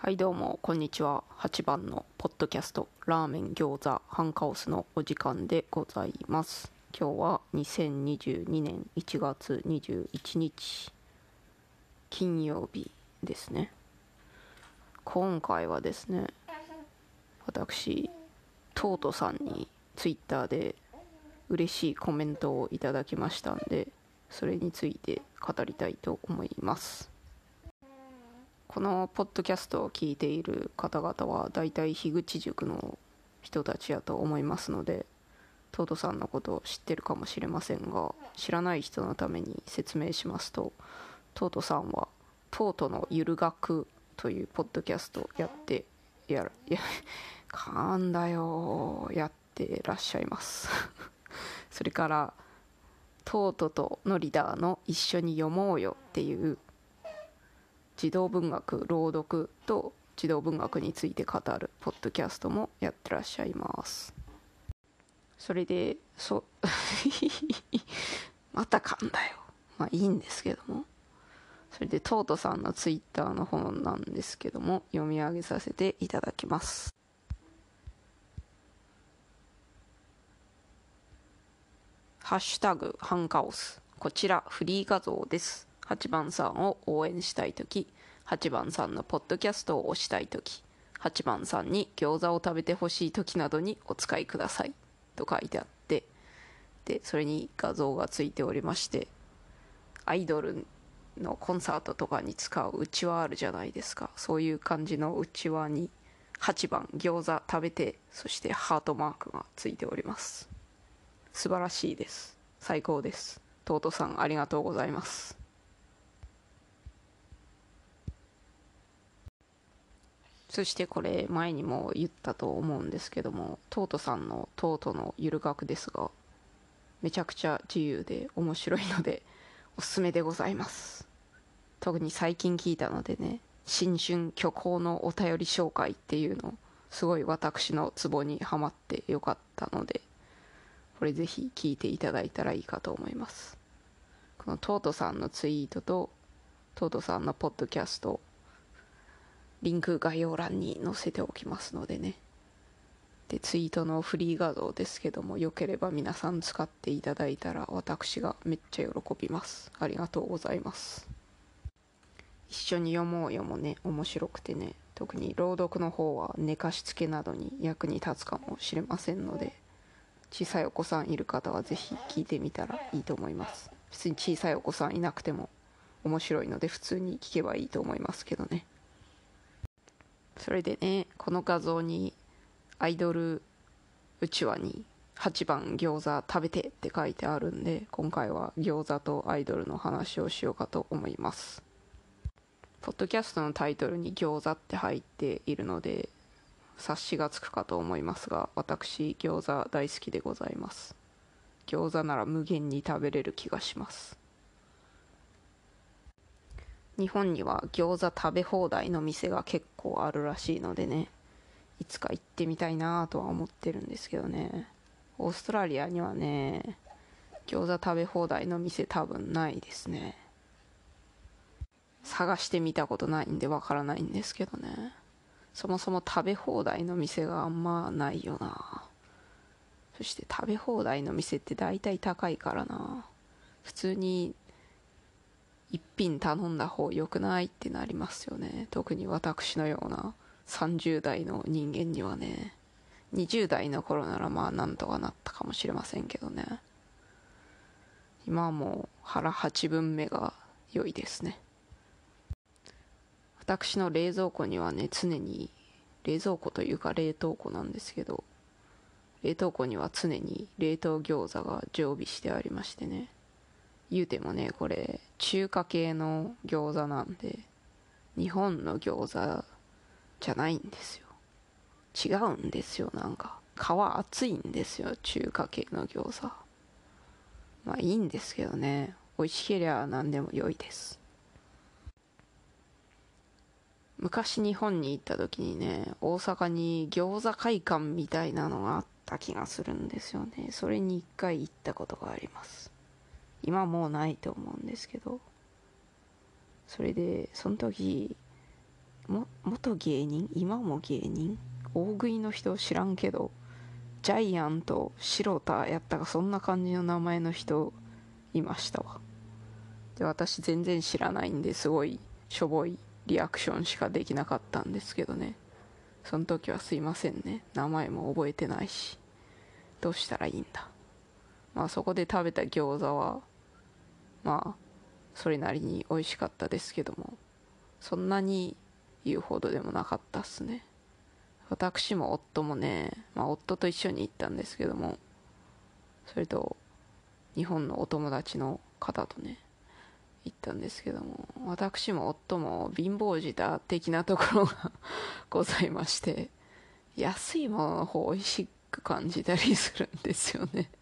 はいどうもこんにちは。8番のポッドキャストラーメン餃子ハンカオスのお時間でございます。今日は2022年1月21日金曜日ですね。今回はですね、私トートさんにツイッターで嬉しいコメントをいただきましたんで、それについて語りたいと思います。このポッドキャストを聞いている方々はだいたい樋口塾の人たちやと思いますので、トートさんのことを知ってるかもしれませんが、知らない人のために説明しますと、トートさんはトートのゆる学というポッドキャストを噛んだよやってらっしゃいますそれからトートとのリーダーの一緒に読もうよっていう児童文学朗読と児童文学について語るポッドキャストもやってらっしゃいます。それでまた噛んだよ。まあいいんですけども、それでトートさんのツイッターの本なんですけども、読み上げさせていただきます。ハッシュタグハンカオス、こちらフリー画像です。8番さんを応援したいとき、8番さんのポッドキャストを推したいとき、8番さんに餃子を食べてほしいときなどにお使いくださいと書いてあって、でそれに画像がついておりまして、アイドルのコンサートとかに使ううちわあるじゃないですか。そういう感じのうちわに8番餃子食べて、そしてハートマークがついております。素晴らしいです。最高です。トートさんありがとうございます。そしてこれ前にも言ったと思うんですけども、トートさんのトートのゆる学ですが、めちゃくちゃ自由で面白いのでおすすめでございます。特に最近聞いたのでね、新春虚構のお便り紹介っていうのすごい私のツボにはまってよかったので、これぜひ聞いていただいたらいいかと思います。このトートさんのツイートとトートさんのポッドキャスト、リンク概要欄に載せておきますのでね。でツイートのフリー画像ですけども、よければ皆さん使っていただいたら私がめっちゃ喜びます。ありがとうございます。一緒に読もうよもね、面白くてね、特に朗読の方は寝かしつけなどに役に立つかもしれませんので、小さいお子さんいる方はぜひ聞いてみたらいいと思います。別に小さいお子さんいなくても面白いので普通に聞けばいいと思いますけどね。それでね、この画像にアイドルうちわに8番餃子食べてって書いてあるんで、今回は餃子とアイドルの話をしようかと思います。ポッドキャストのタイトルに餃子って入っているので察しがつくかと思いますが、私餃子大好きでございます。餃子なら無限に食べれる気がします。日本には餃子食べ放題の店が結構あるらしいのでね、いつか行ってみたいなとは思ってるんですけどね。オーストラリアにはね、餃子食べ放題の店多分ないですね。探してみたことないんでわからないんですけどね。そもそも食べ放題の店があんまないよな。そして食べ放題の店って大体高いからな。普通に一品頼んだ方良くないってなりますよね。特に私のような30代の人間にはね。20代の頃ならまあなんとかなったかもしれませんけどね。今はもう腹8分目が良いですね。私の冷蔵庫にはね、常に、冷蔵庫というか冷凍庫なんですけど、冷凍庫には常に冷凍餃子が常備してありましてね。言うてもね、これ中華系の餃子なんで、日本の餃子じゃないんですよ。違うんですよ。なんか皮厚いんですよ、中華系の餃子。まあいいんですけどね、美味しけりゃ何でも良いです。昔日本に行った時にね、大阪に餃子会館みたいなのがあった気がするんですよね。それに一回行ったことがあります。今もうないと思うんですけど、それでその時も元芸人、今も芸人、大食いの人知らんけど、ジャイアント白田やったかそんな感じの名前の人いましたわ。で私全然知らないんですごいしょぼいリアクションしかできなかったんですけどね。その時はすいませんね、名前も覚えてないしどうしたらいいんだ。まあそこで食べた餃子はまあそれなりに美味しかったですけども、そんなに言うほどでもなかったっすね。私も夫もね、夫と一緒に行ったんですけども、それと日本のお友達の方とね行ったんですけども、私も夫も貧乏舌的なところがございまして、安いものの方美味しく感じたりするんですよね。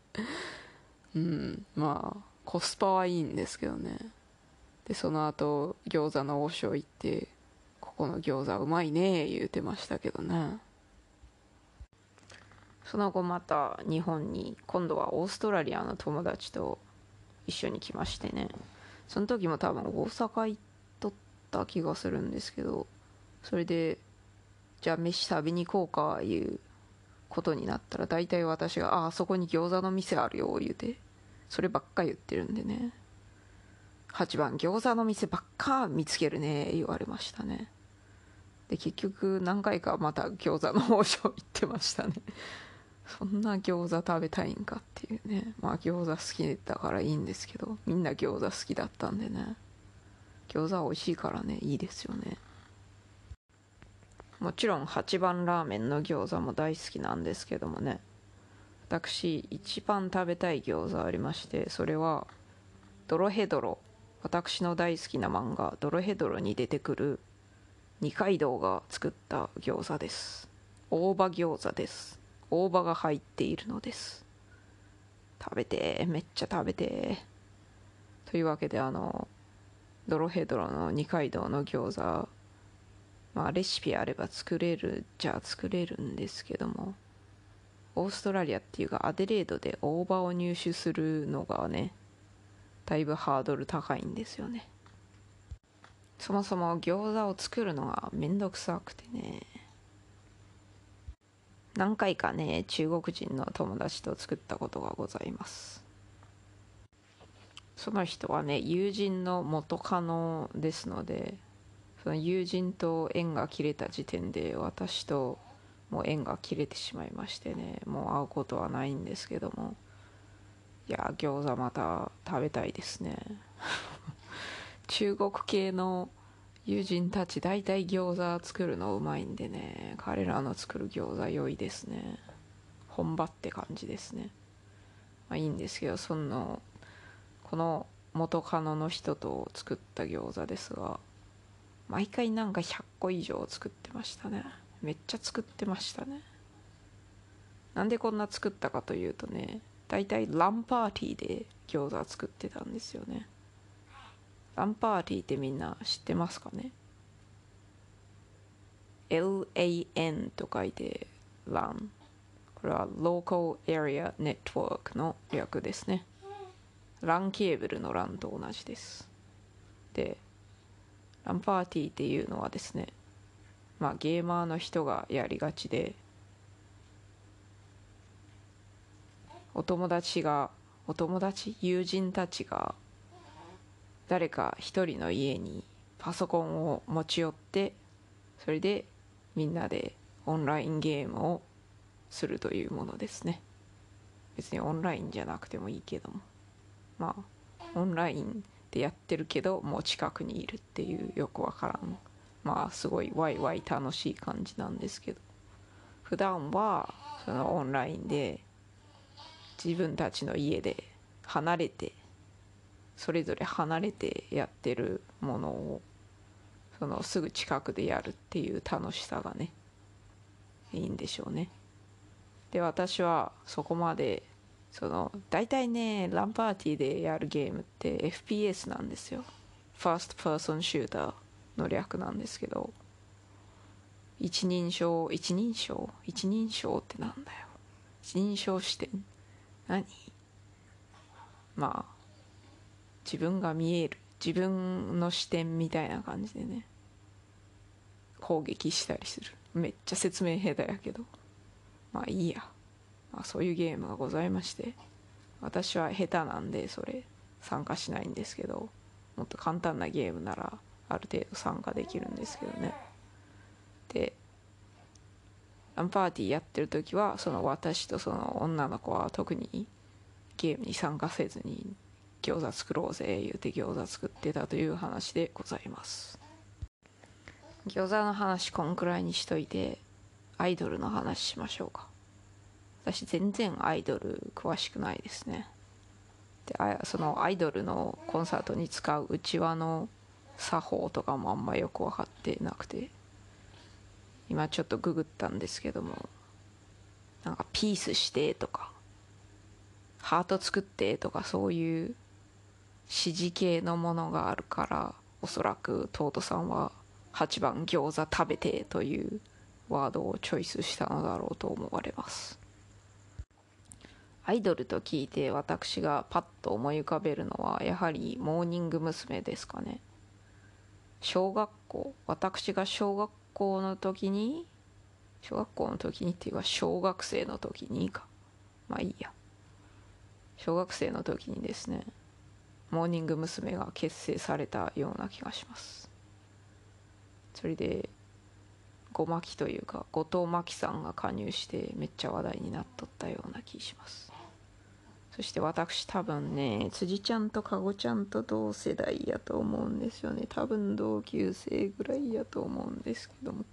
まあコスパはいいんですけどね。でその後餃子の王将行って、ここの餃子うまいね言うてましたけどね。その後また日本に、今度はオーストラリアの友達と一緒に来ましてね、その時も多分大阪行っとった気がするんですけど、それでじゃあ飯食べに行こうかいうことになったら、大体私が「あそこに餃子の店あるよ」言うて、そればっか言ってるんでね、8番餃子の店ばっか見つけるね言われましたね。で結局何回かまた餃子の王将行ってましたね。そんな餃子食べたいんかっていうね。まあ餃子好きだからいいんですけど、みんな餃子好きだったんでね、餃子美味しいからね、いいですよね。もちろん8番ラーメンの餃子も大好きなんですけどもね、私一番食べたい餃子ありまして、それはドロヘドロ、私の大好きな漫画ドロヘドロに出てくる二階堂が作った餃子です。大葉餃子です。大葉が入っているのです。食べてめっちゃ食べて。というわけでドロヘドロの二階堂の餃子、レシピあれば作れるじゃあ作れるんですけども、オーストラリアっていうかアデレードで大葉を入手するのがね、だいぶハードル高いんですよね。そもそも餃子を作るのがめんどくさくてね、何回かね中国人の友達と作ったことがございます。その人はね友人の元カノですので、その友人と縁が切れた時点で私ともう縁が切れてしまいましてね、もう会うことはないんですけども、いや餃子また食べたいですね。中国系の友人たち大体餃子作るのうまいんでね、彼らの作る餃子良いですね。本場って感じですね。いいんですけど、この元カノの人と作った餃子ですが、毎回なんか100個以上作ってましたね。めっちゃ作ってましたね。なんでこんな作ったかというとね、大体ランパーティーで餃子作ってたんですよね。ランパーティーってみんな知ってますかね。 LAN と書いてラン、これは Local Area Network の略ですね。ランケーブルのランと同じです。でランパーティーっていうのはですね、ゲーマーの人がやりがちで、友人たちが誰か一人の家にパソコンを持ち寄って、それでみんなでオンラインゲームをするというものですね。別にオンラインじゃなくてもいいけども、オンラインでやってるけどもう近くにいるっていうよくわからん、すごいワイワイ楽しい感じなんですけど、普段はそのオンラインで自分たちの家でそれぞれ離れてやってるものをすぐ近くでやるっていう楽しさがね、いいんでしょうね。で私はそこまで大体ねランパーティーでやるゲームって FPS なんですよ。ファーストパーソンシューターの略なんですけど、一人称ってなんだよ。一人称視点何、自分が見える自分の視点みたいな感じでね、 攻撃したりする。めっちゃ説明下手やけど、まあいいや。まあ、そういうゲームがございまして、私は下手なんでそれ参加しないんですけど、もっと簡単なゲームならある程度参加できるんですけどね。でパーティーやってる時はその私とその女の子は特にゲームに参加せずに餃子作ろうぜ言うて餃子作ってたという話でございます。餃子の話こんくらいにしといてアイドルの話しましょうか。私全然アイドル詳しくないですね。でそのアイドルのコンサートに使ううちわの作法とかもあんまよく分かってなくて、今ちょっとググったんですけども、なんかピースしてとかハート作ってとかそういう指示系のものがあるから、おそらくトートさんは8番餃子食べてというワードをチョイスしたのだろうと思われます。アイドルと聞いて私がパッと思い浮かべるのはやはりモーニング娘。ですかね。私が小学校の時にっていうか小学生の時にか、まあいいや、小学生の時にですね、モーニング娘。が結成されたような気がします。それで後巻というか後藤真希さんが加入してめっちゃ話題になっとったような気します。そして私多分ね、辻ちゃんとかごちゃんと同世代やと思うんですよね。多分同級生ぐらいやと思うんですけども、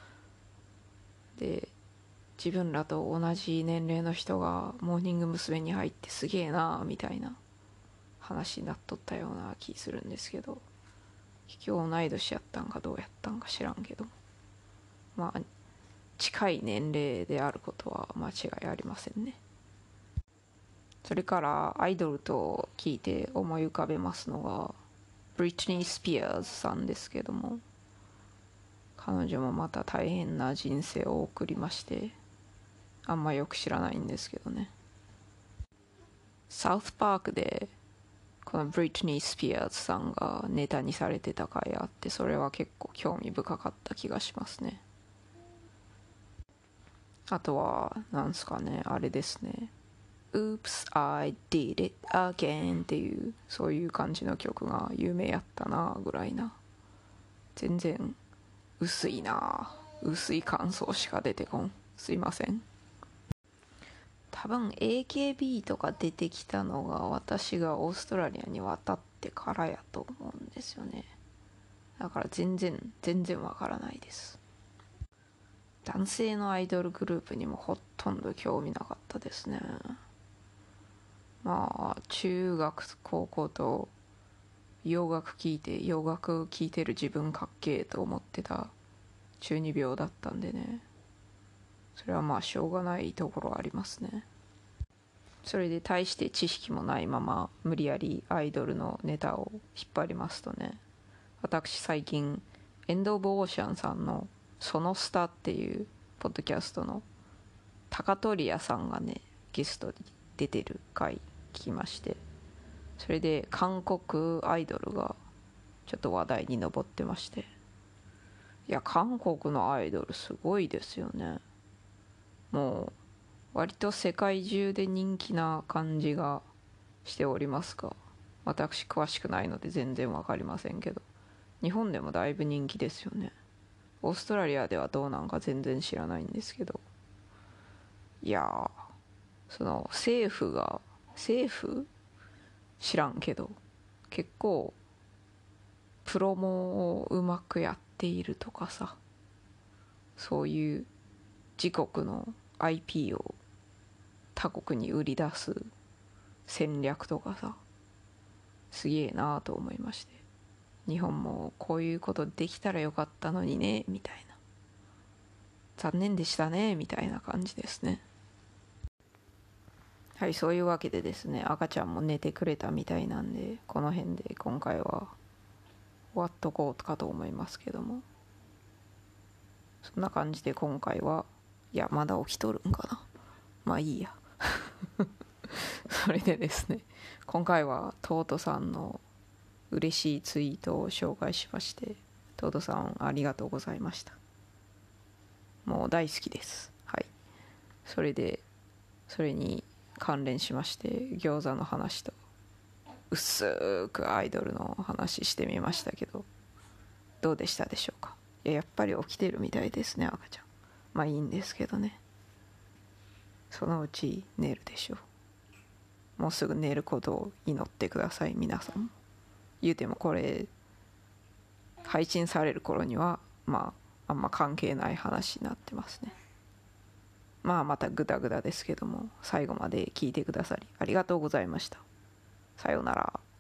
で自分らと同じ年齢の人がモーニング娘。に入ってすげえなみたいな話になっとったような気するんですけど、今日同い年やったんかどうやったんか知らんけど、まあ近い年齢であることは間違いありませんね。それからアイドルと聞いて思い浮かべますのがブリトニー・スピアーズさんですけども、彼女もまた大変な人生を送りまして、あんまよく知らないんですけどね。サウスパークでこのブリトニー・スピアーズさんがネタにされてた回あって、それは結構興味深かった気がしますね。あとはなんすかね、あれですね、Oops, I did it again っていうそういう感じの曲が有名やったなぐらいな。全然薄い感想しか出てこん。すいません。多分 AKB とか出てきたのが私がオーストラリアに渡ってからやと思うんですよね。だから全然わからないです。男性のアイドルグループにもほとんど興味なかったですね。まあ中学高校と洋楽聴いてる自分かっけえと思ってた中二病だったんでね、それはまあしょうがないところありますね。それで大して知識もないまま無理やりアイドルのネタを引っ張りますとね、私最近エンド・オブ・オーシャンさんのそのスタっていうポッドキャストの高取屋さんがねゲストに出てる回聞きまして、それで韓国アイドルがちょっと話題に上ってまして、いや韓国のアイドルすごいですよね。もう割と世界中で人気な感じがしておりますが、私詳しくないので全然わかりませんけど、日本でもだいぶ人気ですよね。オーストラリアではどうなんか全然知らないんですけど、いやー、その政府知らんけど結構プロモをうまくやっているとかさ、そういう自国の IP を他国に売り出す戦略とかさ、すげえなと思いまして、日本もこういうことできたらよかったのにねみたいな、残念でしたねみたいな感じですね。はい、そういうわけでですね、赤ちゃんも寝てくれたみたいなんで、この辺で今回は終わっとこうかと思いますけども、そんな感じで今回は、いやまだ起きとるんかな、まあいいやそれでですね、今回はトートさんの嬉しいツイートを紹介しまして、 トドさんありがとうございました。もう大好きです。はい。それに関連しまして餃子の話と薄くアイドルの話してみましたけど、どうでしたでしょうか。やっぱり起きてるみたいですね、赤ちゃん。まあいいんですけどね。そのうち寝るでしょう。もうすぐ寝ることを祈ってください、皆さんも。言うてもこれ配信される頃にはあんま関係ない話になってますね。またグダグダですけども、最後まで聞いてくださりありがとうございました。さようなら。